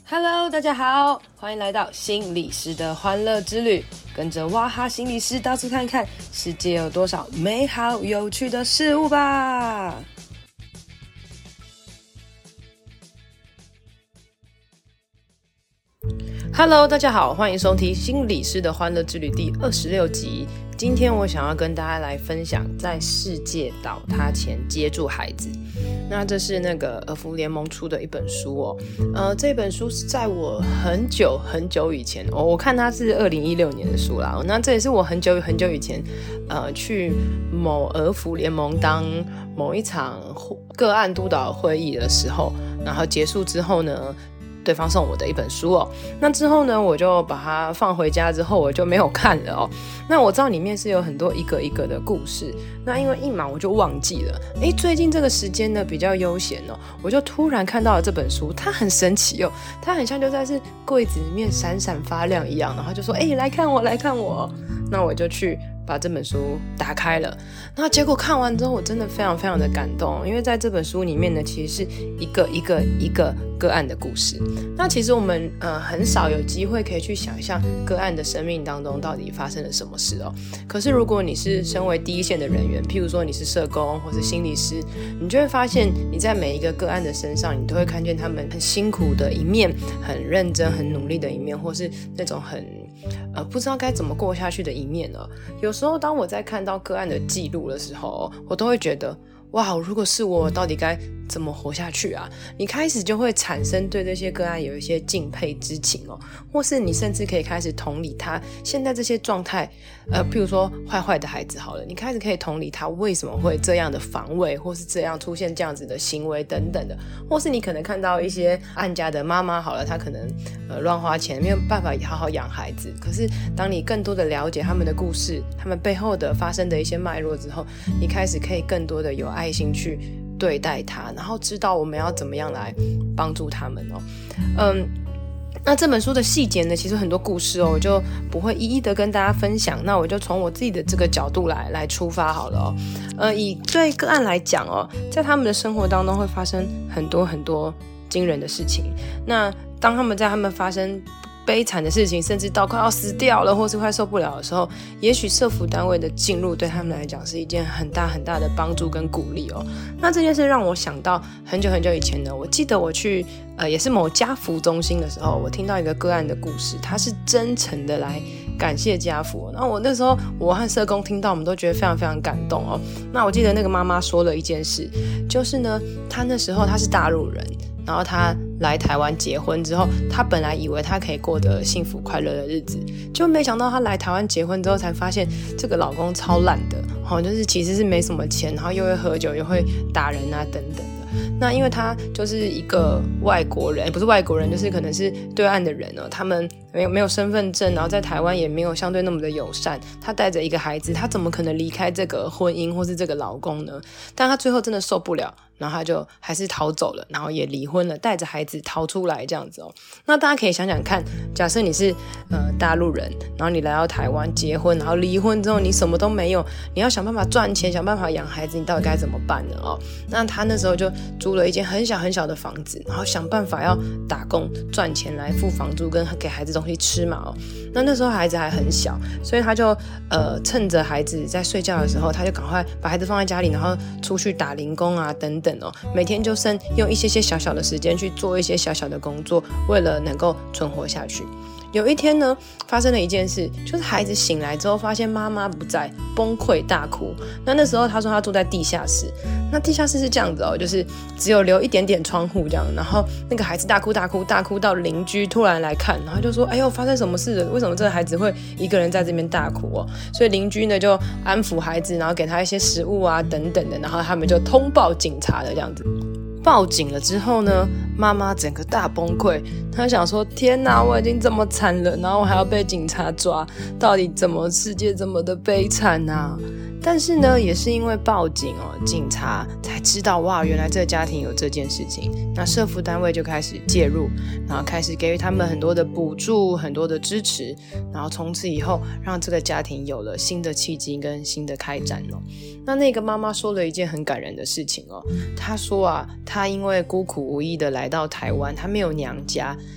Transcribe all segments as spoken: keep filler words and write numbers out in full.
Hello， 大家好，欢迎来到心理师的欢乐之旅，跟着哇哈心理师到处看看，世界有多少美好有趣的事物吧。Hello， 大家好，欢迎收听心理师的欢乐之旅第二十六集。今天我想要跟大家来分享在世界倒塌前接住孩子。那这是那个儿福联盟出的一本书哦，呃，这本书是在我很久很久以前哦，我看它是二零一六年的书啦。那这也是我很久很久以前，呃，去某儿福联盟当某一场个案督导会议的时候，然后结束之后呢，对方送我的一本书哦，那之后呢，我就把它放回家之后，我就没有看了哦。那我知道里面是有很多一个一个的故事，那因为一忙我就忘记了。诶，最近这个时间呢比较悠闲哦，我就突然看到了这本书，它很神奇哦，它很像就在是柜子里面闪闪发亮一样，然后就说：“诶，来看我，来看我。”那我就去把这本书打开了，那结果看完之后我真的非常非常的感动，因为在这本书里面呢，其实是一个一个一个个案的故事。那其实我们呃很少有机会可以去想象个案的生命当中到底发生了什么事哦。可是如果你是身为第一线的人员，譬如说你是社工或是心理师，你就会发现你在每一个个案的身上，你都会看见他们很辛苦的一面，很认真很努力的一面，或是那种很呃不知道该怎么过下去的一面哦。有时候当我在看到个案的记录的时候，我都会觉得哇，如果是我到底该怎么活下去啊？你开始就会产生对这些个案有一些敬佩之情哦，或是你甚至可以开始同理他现在这些状态，呃，譬如说坏坏的孩子好了，你开始可以同理他为什么会这样的防卫，或是这样出现这样子的行为等等的，或是你可能看到一些案家的妈妈好了，她可能呃乱花钱，没有办法好好养孩子，可是当你更多的了解他们的故事，他们背后的发生的一些脉络之后，你开始可以更多的有爱心去对待他，然后知道我们要怎么样来帮助他们哦。嗯，那这本书的细节呢，其实很多故事哦，我就不会一一的跟大家分享。那我就从我自己的这个角度来来出发好了哦。呃，以对个案来讲哦，在他们的生活当中会发生很多很多惊人的事情。那当他们在他们发生悲惨的事情，甚至到快要死掉了或是快受不了的时候，也许社福单位的进入对他们来讲是一件很大很大的帮助跟鼓励哦。那这件事让我想到很久很久以前呢，我记得我去呃也是某家福中心的时候，我听到一个个案的故事，他是真诚的来感谢家福。那我那时候我和社工听到，我们都觉得非常非常感动哦。那我记得那个妈妈说了一件事，就是呢，她那时候她是大陆人，然后她来台湾结婚之后，她本来以为她可以过得幸福快乐的日子，就没想到她来台湾结婚之后才发现这个老公超烂的，哦，就是其实是没什么钱，然后又会喝酒又会打人啊等等的。那因为他就是一个外国人，不是外国人，就是可能是对岸的人哦，他们没有没有身份证，然后在台湾也没有相对那么的友善，他带着一个孩子，他怎么可能离开这个婚姻或是这个老公呢？但他最后真的受不了，然后他就还是逃走了，然后也离婚了，带着孩子逃出来这样子哦。那大家可以想想看，假设你是呃大陆人，然后你来到台湾结婚，然后离婚之后你什么都没有，你要想办法赚钱，想办法养孩子，你到底该怎么办呢？哦，那他那时候就租了一间很小很小的房子，然后想办法要打工赚钱来付房租跟给孩子东西吃嘛哦。那那时候孩子还很小，所以他就呃趁着孩子在睡觉的时候，他就赶快把孩子放在家里，然后出去打零工啊等等哦，每天就剩用一些些小小的时间去做一些小小的工作，为了能够存活下去。有一天呢，发生了一件事，就是孩子醒来之后发现妈妈不在，崩溃大哭。那那时候他说他住在地下室，那地下室是这样子哦，就是只有留一点点窗户这样，然后那个孩子大哭大哭大哭到邻居突然来看，然后就说哎呦发生什么事了，为什么这个孩子会一个人在这边大哭哦？所以邻居呢就安抚孩子，然后给他一些食物啊等等的，然后他们就通报警察了这样子。报警了之后呢，妈妈整个大崩溃，她想说天哪，我已经这么惨了，然后我还要被警察抓，到底怎么世界这么的悲惨啊？但是呢，也是因为报警哦，警察才知道哇，原来这个家庭有这件事情。那社福单位就开始介入，然后开始给予他们很多的补助，很多的支持，然后从此以后让这个家庭有了新的契机跟新的开展哦。那那个妈妈说了一件很感人的事情哦，她说啊，她因为孤苦无依的来到台湾，她没有娘家。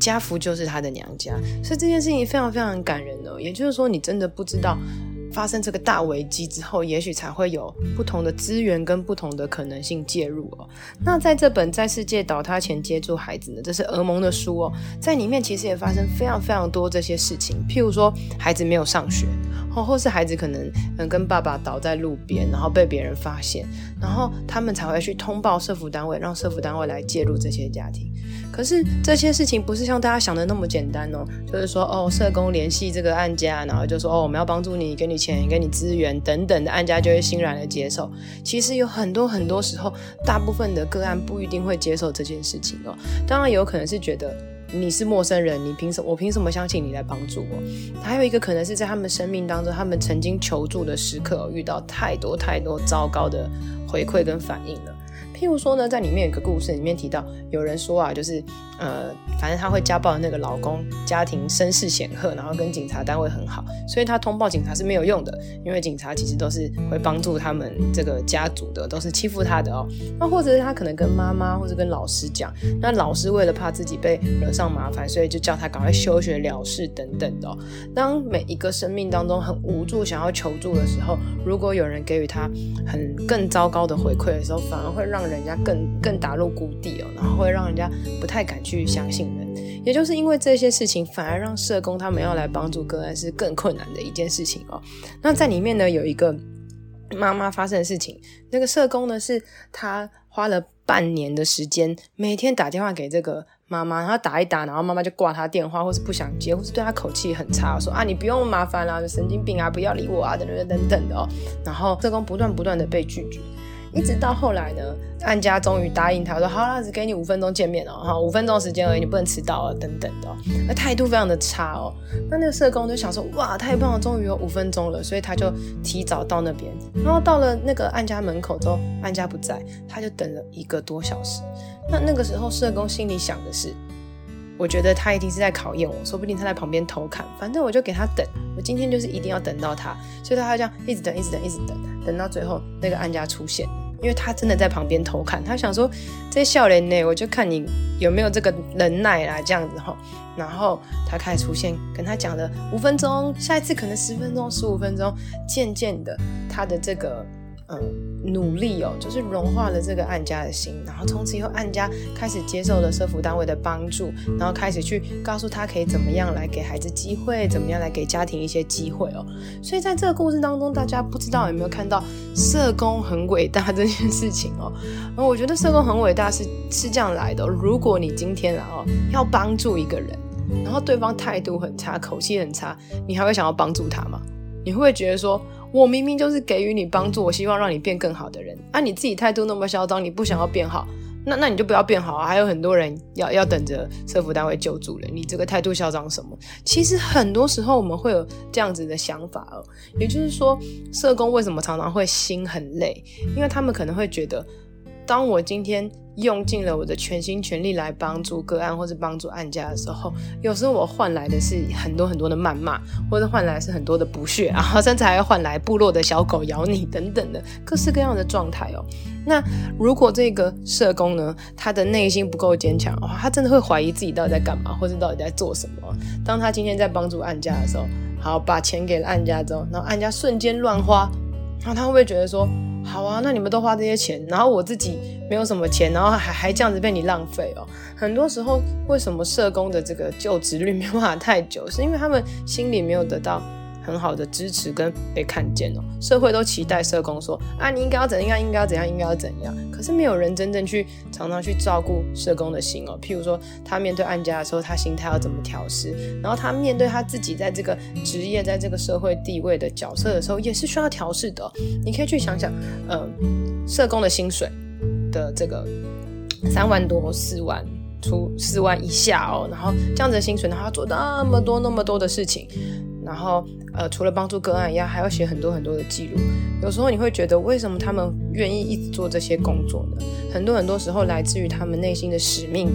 家福就是他的娘家，所以这件事情非常非常感人哦。也就是说，你真的不知道发生这个大危机之后，也许才会有不同的资源跟不同的可能性介入哦。那在这本在世界倒塌前接住孩子呢，这是俄蒙的书哦，在里面其实也发生非常非常多这些事情，譬如说孩子没有上学，或或是孩子可能嗯跟爸爸倒在路边，然后被别人发现，然后他们才会去通报社福单位，让社福单位来介入这些家庭。可是这些事情不是像大家想的那么简单哦，就是说哦，社工联系这个案家，然后就说哦，我们要帮助你，给你钱，给你资源等等的，案家就会欣然的接受。其实有很多很多时候，大部分的个案不一定会接受这件事情哦。当然有可能是觉得你是陌生人，你凭什么我凭什么相信你来帮助我？还有一个可能是在他们生命当中，他们曾经求助的时刻、哦、遇到太多太多糟糕的回馈跟反应了。譬如说呢，在里面有一个故事里面提到，有人说啊，就是呃，反正他会家暴的那个老公，家庭声势显赫，然后跟警察单位很好，所以他通报警察是没有用的，因为警察其实都是会帮助他们这个家族的，都是欺负他的哦。那或者是他可能跟妈妈或者跟老师讲，那老师为了怕自己被惹上麻烦，所以就叫他赶快休学了事等等的哦。当每一个生命当中很无助想要求助的时候，如果有人给予他很更糟糕的回馈的时候，反而会让人家更更打入谷底哦，然后会让人家不太敢去相信人。也就是因为这些事情，反而让社工他们要来帮助个案是更困难的一件事情哦。那在里面呢，有一个妈妈发生的事情，那个社工呢是他花了半年的时间，每天打电话给这个妈妈，然后打一打，然后妈妈就挂他电话，或是不想接，或是对他口气很差，说啊你不用麻烦啦、啊，神经病啊，不要理我啊，等等等等的哦。然后社工不断不断的被拒绝。一直到后来呢，案家终于答应他说好啦，只给你五分钟见面哦，五分钟时间而已，你不能迟到哦，等等的哦。那态度非常的差哦。那那个社工就想说，哇，太棒了，终于有五分钟了，所以他就提早到那边。然后到了那个案家门口之后，案家不在，他就等了一个多小时。那那个时候社工心里想的是，我觉得他一定是在考验我，说不定他在旁边偷看，反正我就给他等，我今天就是一定要等到他，所以他这样一直等一直等一直等，等到最后那个案家出现，因为他真的在旁边偷看，他想说这少年呢，我就看你有没有这个忍耐啦，这样子齁。然后他开始出现，跟他讲了五分钟，下一次可能十分钟、十五分钟，渐渐的他的这个嗯努力哦，就是融化了这个案家的心，然后从此以后案家开始接受了社福单位的帮助，然后开始去告诉他可以怎么样来给孩子机会，怎么样来给家庭一些机会哦。所以在这个故事当中，大家不知道有没有看到社工很伟大这件事情哦。而我觉得社工很伟大是是这样来的哦，如果你今天啊哦要帮助一个人，然后对方态度很差，口气很差，你还会想要帮助他吗？你会不会觉得说，我明明就是给予你帮助，我希望让你变更好的人啊，你自己态度那么嚣张，你不想要变好，那那你就不要变好啊！还有很多人要要等着社福单位救助人，你这个态度嚣张什么？其实很多时候我们会有这样子的想法哦，也就是说，社工为什么常常会心很累？因为他们可能会觉得，当我今天用尽了我的全心全力来帮助个案或是帮助案家的时候，有时候我换来的是很多很多的谩骂，或者换来的是很多的不屑，然后甚至还会换来部落的小狗咬你等等的各式各样的状态哦。那如果这个社工呢，他的内心不够坚强的话，他真的会怀疑自己到底在干嘛，或是到底在做什么。当他今天在帮助案家的时候，好把钱给了案家之后，然后案家瞬间乱花，然后他会不会觉得说，好啊，那你们都花这些钱，然后我自己没有什么钱，然后还还这样子被你浪费哦。很多时候为什么社工的这个就职率没有办法太久，是因为他们心里没有得到很好的支持跟被看见哦。社会都期待社工说啊，你应该要怎样，应该要怎样，应该要怎样，可是没有人真正去常常去照顾社工的心哦。譬如说他面对案家的时候，他心态要怎么调试，然后他面对他自己在这个职业在这个社会地位的角色的时候，也是需要调试的哦。你可以去想想呃，社工的薪水的这个三万多四万出四万以下哦，然后这样子的薪水，然后要做那么多那么多的事情，然后呃，除了帮助个案一样，还要写很多很多的记录。有时候你会觉得，为什么他们愿意一直做这些工作呢？很多很多时候来自于他们内心的使命跟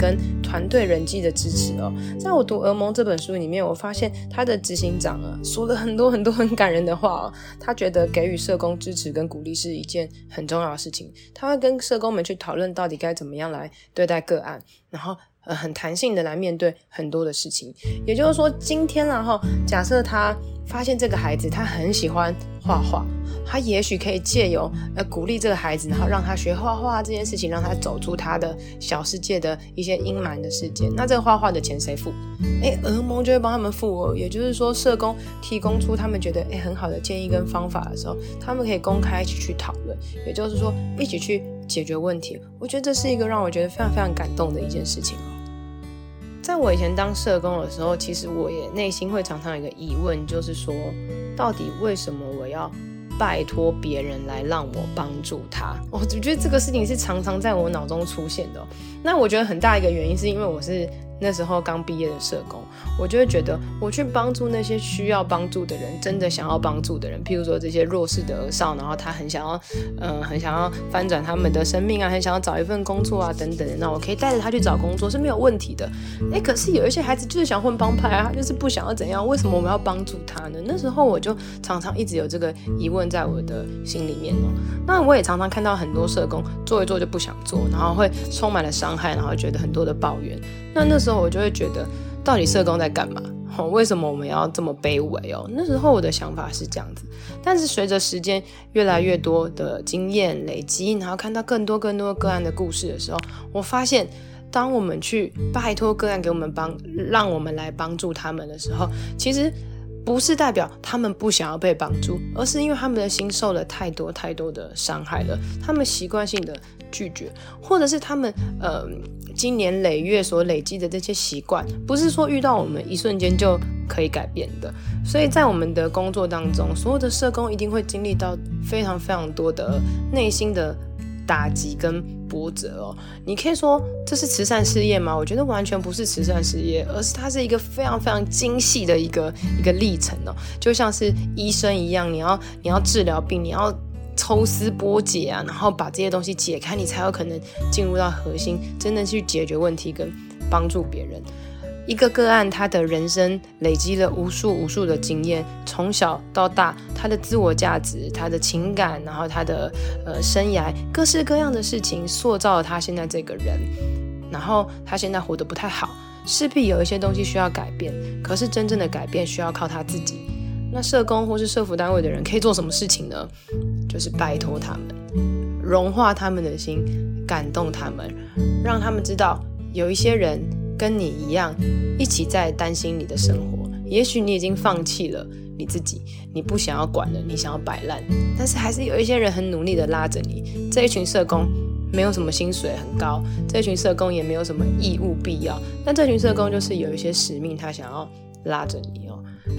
团队人际的支持哦。在我读《儿盟》这本书里面，我发现他的执行长啊说了很多很多很感人的话哦。他觉得给予社工支持跟鼓励是一件很重要的事情，他会跟社工们去讨论到底该怎么样来对待个案，然后呃很弹性的来面对很多的事情。也就是说，今天然后假设他发现这个孩子他很喜欢画画，他也许可以借由呃鼓励这个孩子，然后让他学画画这件事情，让他走出他的小世界的一些阴霾的世界。那这个画画的钱谁付？诶，儿盟就会帮他们付哦。也就是说，社工提供出他们觉得诶很好的建议跟方法的时候，他们可以公开一起去讨论，也就是说一起去解决问题。我觉得这是一个让我觉得非常非常感动的一件事情哦。在我以前当社工的时候，其实我也内心会常常有一个疑问，就是说到底为什么我要拜托别人来让我帮助他？我觉得这个事情是常常在我脑中出现的哦。那我觉得很大一个原因是因为我是那时候刚毕业的社工，我就会觉得我去帮助那些需要帮助的人，真的想要帮助的人，譬如说这些弱势的儿少，然后他很想要呃，很想要翻转他们的生命啊，很想要找一份工作啊等等的，那我可以带着他去找工作是没有问题的。诶，可是有一些孩子就是想混帮派啊，他就是不想要怎样，为什么我们要帮助他呢？那时候我就常常一直有这个疑问在我的心里面哦。那我也常常看到很多社工做一做就不想做，然后会充满了伤害，然后觉得很多的抱怨。那那时候我就会觉得，到底社工在干嘛？哦，为什么我们要这么卑微哦？那时候我的想法是这样子，但是随着时间越来越多的经验累积，然后看到更多更多个案的故事的时候，我发现，当我们去拜托个案给我们帮，让我们来帮助他们的时候，其实不是代表他们不想要被帮助，而是因为他们的心受了太多太多的伤害了，他们习惯性的拒绝，或者是他们呃经年累月所累积的这些习惯，不是说遇到我们一瞬间就可以改变的。所以在我们的工作当中，所有的社工一定会经历到非常非常多的内心的打击跟波折哦。你可以说这是慈善事业吗？我觉得完全不是慈善事业，而是它是一个非常非常精细的一个一个历程哦。就像是医生一样，你要你要治疗病，你要抽丝剥茧啊，然后把这些东西解开，你才有可能进入到核心，真的去解决问题跟帮助别人。一个个案，他的人生累积了无数无数的经验，从小到大，他的自我价值、他的情感，然后他的呃生涯，各式各样的事情塑造了他现在这个人。然后他现在活得不太好，势必有一些东西需要改变，可是真正的改变需要靠他自己。那社工或是社福单位的人可以做什么事情呢？就是拜托他们，融化他们的心，感动他们，让他们知道有一些人跟你一样一起在担心你的生活，也许你已经放弃了你自己，你不想要管了，你想要摆烂，但是还是有一些人很努力的拉着你。这一群社工没有什么薪水很高，这一群社工也没有什么义务必要，但这群社工就是有一些使命，他想要拉着你哦。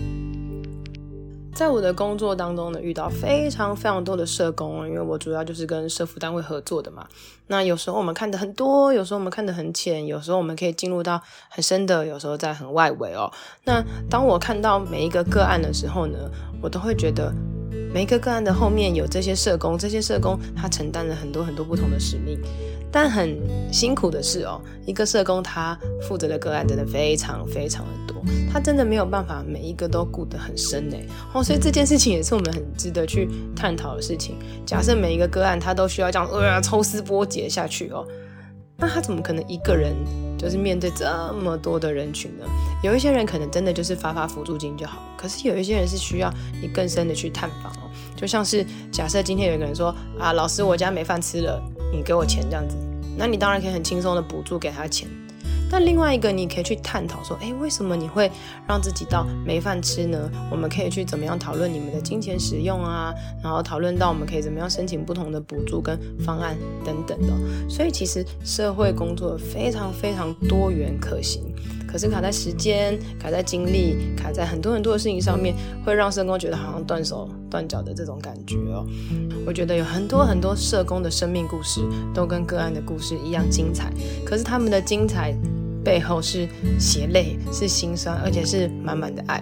在我的工作当中呢，遇到非常非常多的社工，因为我主要就是跟社福单位合作的嘛。那有时候我们看得很多，有时候我们看得很浅，有时候我们可以进入到很深的，有时候在很外围哦。那当我看到每一个个案的时候呢，我都会觉得每一个个案的后面有这些社工，这些社工他承担了很多很多不同的使命。但很辛苦的是哦，一个社工他负责的个案真的非常非常的多，他真的没有办法每一个都顾得很深耶哦，所以这件事情也是我们很值得去探讨的事情。假设每一个个案他都需要这样呃抽丝剥茧下去哦，那他怎么可能一个人就是面对这么多的人群呢？有一些人可能真的就是发发辅助金就好，可是有一些人是需要你更深的去探访哦。就像是假设今天有一个人说啊，老师我家没饭吃了，你给我钱这样子，那你当然可以很轻松的补助给他钱。但另外一个你可以去探讨说，诶，为什么你会让自己到没饭吃呢？我们可以去怎么样讨论你们的金钱使用啊，然后讨论到我们可以怎么样申请不同的补助跟方案等等的。所以其实社会工作非常非常多元可行，可是卡在时间、卡在精力、卡在很多很多的事情上面，会让社工觉得好像断手断脚的这种感觉哦。我觉得有很多很多社工的生命故事都跟个案的故事一样精彩，可是他们的精彩背后是血泪，是心酸，而且是满满的爱。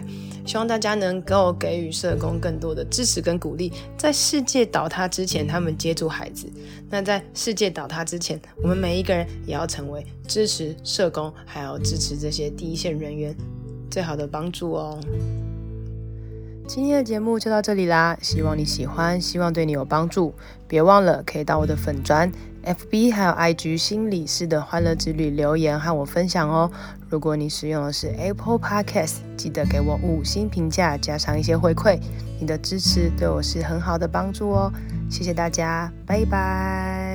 希望大家能够给予社工更多的支持跟鼓励，在世界倒塌之前他们接住孩子，那在世界倒塌之前，我们每一个人也要成为支持社工还有支持这些第一线人员最好的帮助哦。今天的节目就到这里啦，希望你喜欢，希望对你有帮助。别忘了可以到我的粉专 F B 还有 I G 心理师的欢乐之旅留言和我分享哦。如果你使用的是 Apple Podcast， 记得给我五星评价加上一些回馈，你的支持对我是很好的帮助哦。谢谢大家，拜拜。